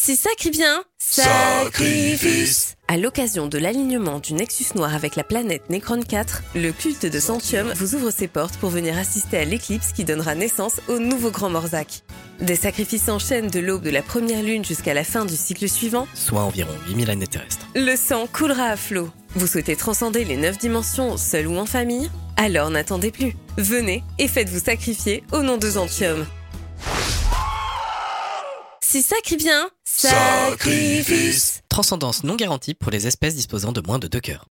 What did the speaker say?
Si ça crie bien, sacrifice. À l'occasion de l'alignement du Nexus Noir avec la planète Necron 4, le culte de Centium vous ouvre ses portes pour venir assister à l'éclipse qui donnera naissance au nouveau Grand Morzak. Des sacrifices en chaîne de l'aube de la première lune jusqu'à la fin du cycle suivant, soit environ 8000 années terrestres. Le sang coulera à flot. Vous souhaitez transcender les 9 dimensions, seul ou en famille? Alors n'attendez plus. Venez et faites-vous sacrifier au nom de Centium. Si ça crie bien, sacrifice. Transcendance non garantie pour les espèces disposant de moins de 2 cœurs.